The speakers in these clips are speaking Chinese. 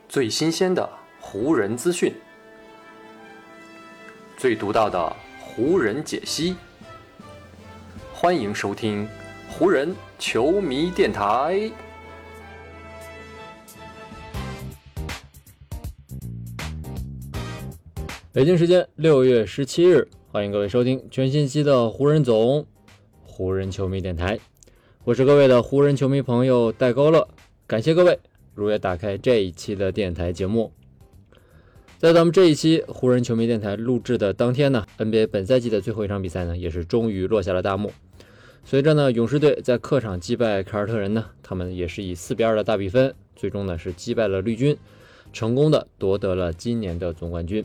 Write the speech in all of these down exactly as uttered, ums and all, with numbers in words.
最新鲜的湖人资讯，最独到的湖人解析。欢迎收听湖人球迷电台。 北京时间六月十七日，欢迎各位收听全新期的湖人总湖人球迷电台。我是各位的湖人球迷朋友戴高乐，感谢各位如约打开这一期的电台节目。在咱们这一期湖人球迷电台录制的当天呢 ，N B A 本赛季的最后一场比赛呢，也是终于落下了大幕。随着呢勇士队在客场击败凯尔特人呢，他们也是以四比二的大比分，最终呢是击败了绿军，成功的夺得了今年的总冠军。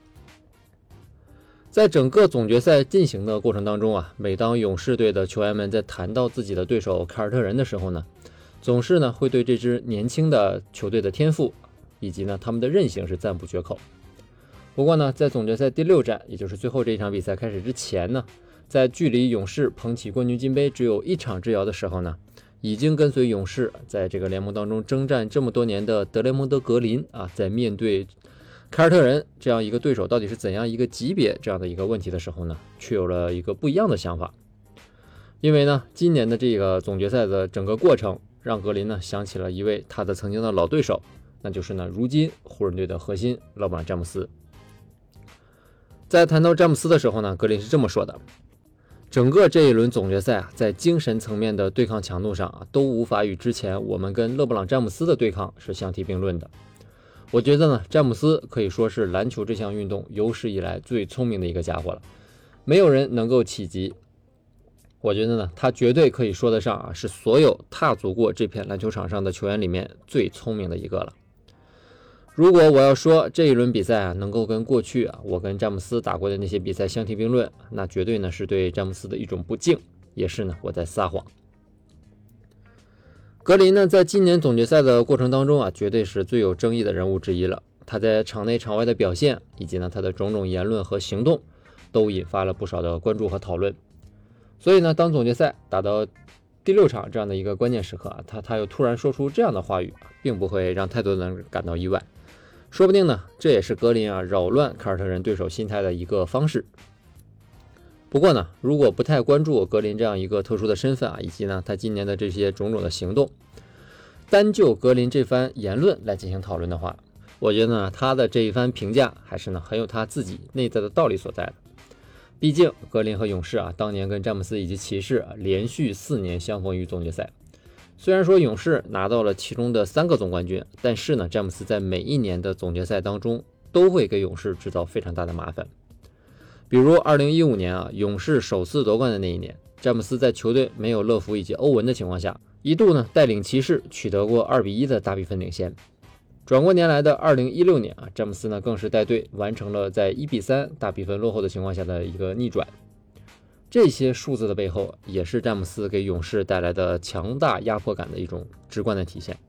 在整个总决赛进行的过程当中啊，每当勇士队的球员们在谈到自己的对手凯尔特人的时候呢，总是呢会对这支年轻的球队的天赋以及呢他们的韧性是赞不绝口。不过呢，在总决赛第六战，也就是最后这一场比赛开始之前呢，在距离勇士捧起冠军金杯只有一场之遥的时候呢，已经跟随勇士在这个联盟当中征战这么多年的德雷蒙德·格林啊，在面对凯尔特人这样一个对手到底是怎样一个级别这样的一个问题的时候呢，却有了一个不一样的想法。因为呢，今年的这个总决赛的整个过程，让格林呢想起了一位他的曾经的老对手，那就是呢如今湖人队的核心勒布朗詹姆斯。在谈到詹姆斯的时候呢，格林是这么说的：整个这一轮总决赛啊，在精神层面的对抗强度上啊，都无法与之前我们跟勒布朗詹姆斯的对抗是相提并论的。我觉得呢，詹姆斯可以说是篮球这项运动有史以来最聪明的一个家伙了，没有人能够企及。我觉得呢，他绝对可以说得上啊，是所有踏足过这片篮球场上的球员里面最聪明的一个了。如果我要说这一轮比赛啊，能够跟过去啊我跟詹姆斯打过的那些比赛相提并论，那绝对呢是对詹姆斯的一种不敬，也是呢我在撒谎。格林呢，在今年总决赛的过程当中啊，绝对是最有争议的人物之一了。他在场内场外的表现，以及呢他的种种言论和行动，都引发了不少的关注和讨论。所以呢，当总决赛打到第六场这样的一个关键时刻啊，他他又突然说出这样的话语，并不会让太多人感到意外。说不定呢，这也是格林啊扰乱凯尔特人对手心态的一个方式。不过呢，如果不太关注格林这样一个特殊的身份啊，以及呢他今年的这些种种的行动，单就格林这番言论来进行讨论的话，我觉得呢他的这一番评价还是呢很有他自己内在的道理所在的。毕竟格林和勇士啊，当年跟詹姆斯以及骑士啊连续四年相逢于总决赛。虽然说勇士拿到了其中的三个总冠军，但是呢詹姆斯在每一年的总决赛当中都会给勇士制造非常大的麻烦。比如二零一五年啊，勇士首次夺冠的那一年，詹姆斯在球队没有乐福以及欧文的情况下，一度呢带领骑士取得过二比一的大比分领先。转过年来的二零一六年啊，詹姆斯呢更是带队完成了在一比三大比分落后的情况下的一个逆转。这些数字的背后，也是詹姆斯给勇士带来的强大压迫感的一种直观的体现。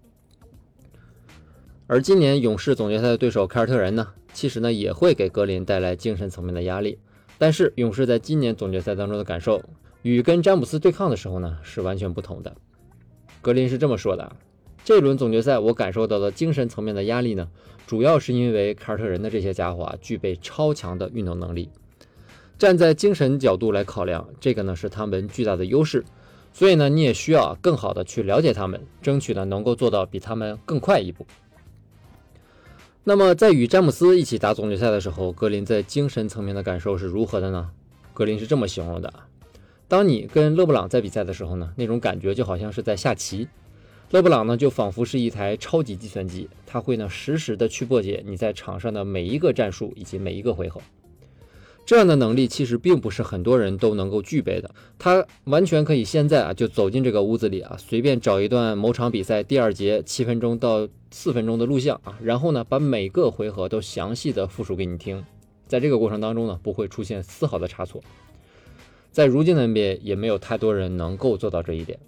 而今年勇士总决赛的对手凯尔特人呢，其实呢也会给格林带来精神层面的压力。但是勇士在今年总决赛当中的感受，与跟詹姆斯对抗的时候呢是完全不同的。格林是这么说的：这轮总决赛我感受到的精神层面的压力呢，主要是因为凯尔特人的这些家伙啊具备超强的运动能力。站在精神角度来考量，这个呢是他们巨大的优势，所以呢你也需要更好的去了解他们，争取呢能够做到比他们更快一步。那么在与詹姆斯一起打总决赛的时候，格林在精神层面的感受是如何的呢？格林是这么形容的：当你跟勒布朗在比赛的时候呢，那种感觉就好像是在下棋，勒布朗呢就仿佛是一台超级计算机，他会呢实时的去破解你在场上的每一个战术以及每一个回合。这样的能力其实并不是很多人都能够具备的，他完全可以现在啊就走进这个屋子里啊，随便找一段某场比赛第二节七分钟到四分钟的录像啊，然后呢把每个回合都详细的复述给你听，在这个过程当中呢不会出现丝毫的差错。在如今的 N B A 也没有太多人能够做到这一点。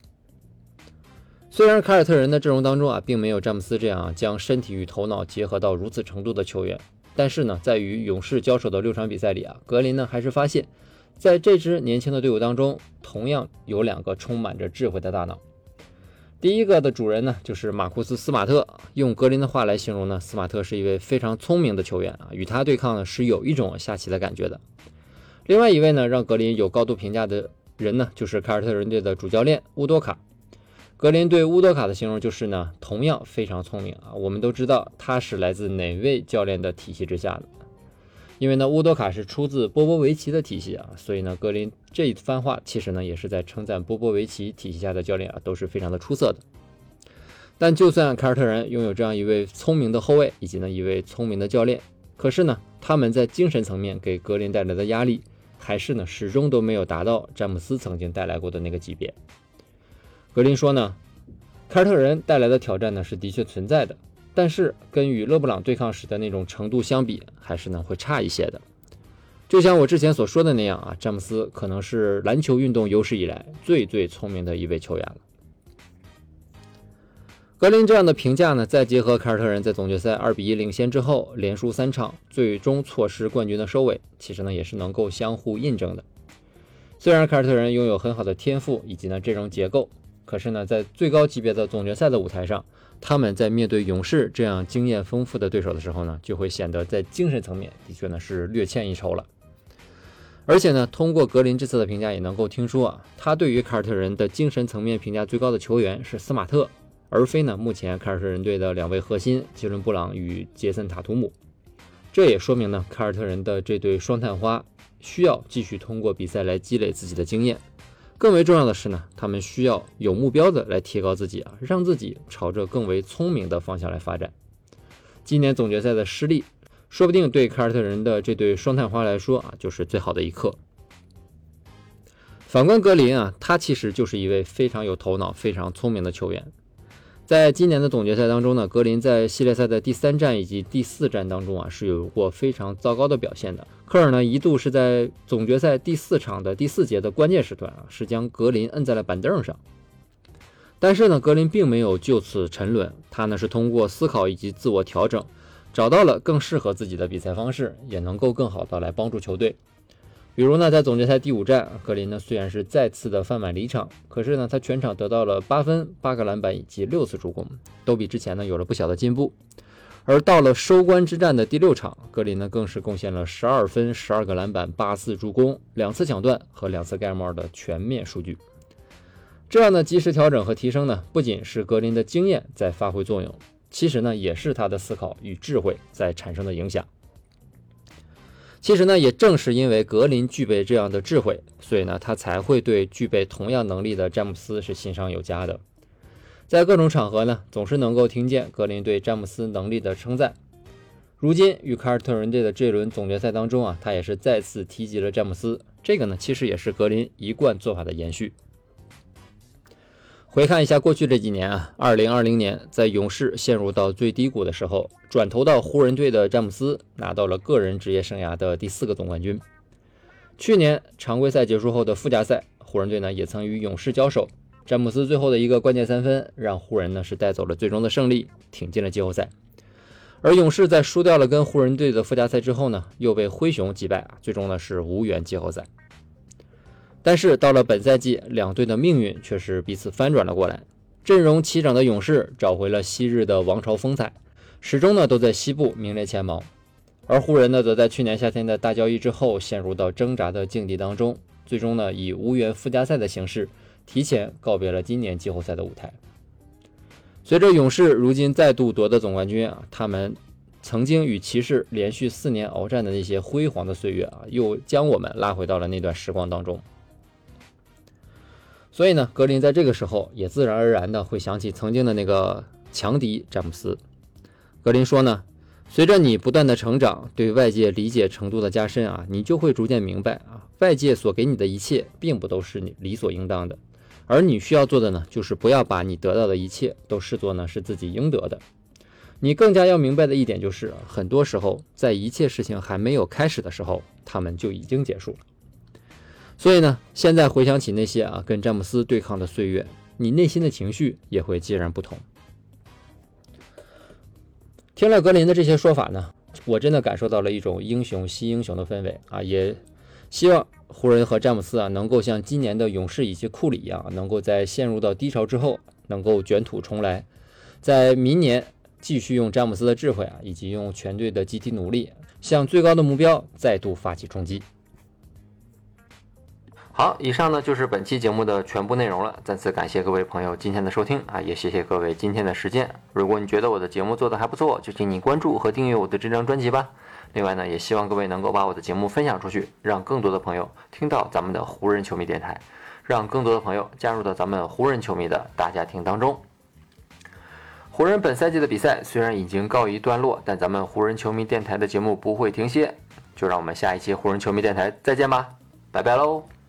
虽然凯尔特人的阵容当中啊并没有詹姆斯这样、啊、将身体与头脑结合到如此程度的球员，但是呢，在与勇士交手的六场比赛里啊，格林呢还是发现，在这支年轻的队伍当中，同样有两个充满着智慧的大脑。 第一个的主人呢，就是马库斯·斯马特。用格林的话来形容呢，斯马特是一位非常聪明的球员啊，与他对抗呢是有一种下棋的感觉的。另外一位呢，让格林有高度评价的人呢，就是凯尔特人队的主教练乌多卡。格林对乌多卡的形容就是呢，同样非常聪明啊。我们都知道他是来自哪位教练的体系之下的，因为呢，乌多卡是出自波波维奇的体系啊，所以呢，格林这一番话其实呢，也是在称赞波波维奇体系下的教练啊，都是非常的出色的。但就算凯尔特人拥有这样一位聪明的后卫，以及呢一位聪明的教练，可是呢，他们在精神层面给格林带来的压力，还是呢始终都没有达到詹姆斯曾经带来过的那个级别。格林说呢，凯尔特人带来的挑战呢是的确存在的，但是跟与勒布朗对抗时的那种程度相比，还是呢会差一些的。就像我之前所说的那样啊，詹姆斯可能是篮球运动有史以来最最聪明的一位球员了。格林这样的评价呢，再结合凯尔特人在总决赛二比一领先之后，连输三场，最终错失冠军的收尾，其实呢也是能够相互印证的。虽然凯尔特人拥有很好的天赋以及呢阵容结构，可是呢在最高级别的总决赛的舞台上，他们在面对勇士这样经验丰富的对手的时候呢，就会显得在精神层面的确呢是略欠一筹了。而且呢，通过格林这次的评价也能够听出啊，他对于凯尔特人的精神层面评价最高的球员是斯马特，而非呢目前凯尔特人队的两位核心杰伦布朗与杰森塔图姆。这也说明呢，凯尔特人的这对双探花需要继续通过比赛来积累自己的经验。更为重要的是呢，他们需要有目标的来提高自己啊，让自己朝着更为聪明的方向来发展。今年总决赛的失利，说不定对凯尔特人的这对双探花来说啊，就是最好的一课。反观格林啊，他其实就是一位非常有头脑、非常聪明的球员。在今年的总决赛当中呢，格林在系列赛的第三战以及第四战当中啊，是有过非常糟糕的表现的。科尔呢，一度是在总决赛第四场的第四节的关键时段啊，是将格林摁在了板凳上。但是呢，格林并没有就此沉沦，他呢是通过思考以及自我调整，找到了更适合自己的比赛方式，也能够更好的来帮助球队。比如呢，在总决赛第五战，格林呢虽然是再次的犯满离场，可是呢，他全场得到了八分、八个篮板以及六次助攻，都比之前呢有了不小的进步。而到了收官之战的第六场，格林呢更是贡献了十二分、十二个篮板、八次助攻、两次抢断和两次盖帽的全面数据。这样的及时调整和提升呢，不仅是格林的经验在发挥作用，其实呢也是他的思考与智慧在产生的影响。其实呢，也正是因为格林具备这样的智慧，所以呢，他才会对具备同样能力的詹姆斯是欣赏有加的。在各种场合呢，总是能够听见格林对詹姆斯能力的称赞。如今与凯尔特人队的这轮总决赛当中啊，他也是再次提及了詹姆斯，这个呢，其实也是格林一贯做法的延续。回看一下过去这几年啊，二零二零年在勇士陷入到最低谷的时候，转投到湖人队的詹姆斯拿到了个人职业生涯的第四个总冠军。去年常规赛结束后的附加赛，湖人队呢也曾与勇士交手，詹姆斯最后的一个关键三分让湖人呢是带走了最终的胜利，挺进了季后赛。而勇士在输掉了跟湖人队的附加赛之后呢，又被灰熊击败啊，最终呢是无缘季后赛。但是到了本赛季，两队的命运却是彼此翻转了过来。阵容齐整的勇士找回了昔日的王朝风采，始终呢都在西部名列前茅。而湖人呢，则在去年夏天的大交易之后，陷入到挣扎的境地当中，最终呢以无缘附加赛的形式，提前告别了今年季后赛的舞台。随着勇士如今再度夺得总冠军啊，他们曾经与骑士连续四年鏖战的那些辉煌的岁月啊，又将我们拉回到了那段时光当中。所以呢，格林在这个时候也自然而然的会想起曾经的那个强敌詹姆斯。格林说呢，随着你不断的成长，对外界理解程度的加深啊，你就会逐渐明白啊，外界所给你的一切并不都是你理所应当的，而你需要做的呢，就是不要把你得到的一切都视作呢是自己应得的。你更加要明白的一点就是，很多时候在一切事情还没有开始的时候，他们就已经结束了。所以呢，现在回想起那些啊跟詹姆斯对抗的岁月，你内心的情绪也会截然不同。听了格林的这些说法呢，我真的感受到了一种英雄惜英雄的氛围啊，也希望湖人和詹姆斯啊能够像今年的勇士以及库里一样，能够在陷入到低潮之后， 能够卷土重来，在明年继续用詹姆斯的智慧啊，以及用全队的集体努力，向最高的目标再度发起冲击。 好，以上呢就是本期节目的全部内容了。再次感谢各位朋友今天的收听啊，也谢谢各位今天的时间。如果你觉得我的节目做得还不错，就请你关注和订阅我的这张专辑吧。另外呢，也希望各位能够把我的节目分享出去，让更多的朋友听到咱们的湖人球迷电台，让更多的朋友加入到咱们湖人球迷的大家庭当中。湖人本赛季的比赛虽然已经告一段落，但咱们湖人球迷电台的节目不会停歇。就让我们下一期湖人球迷电台再见吧，拜拜喽。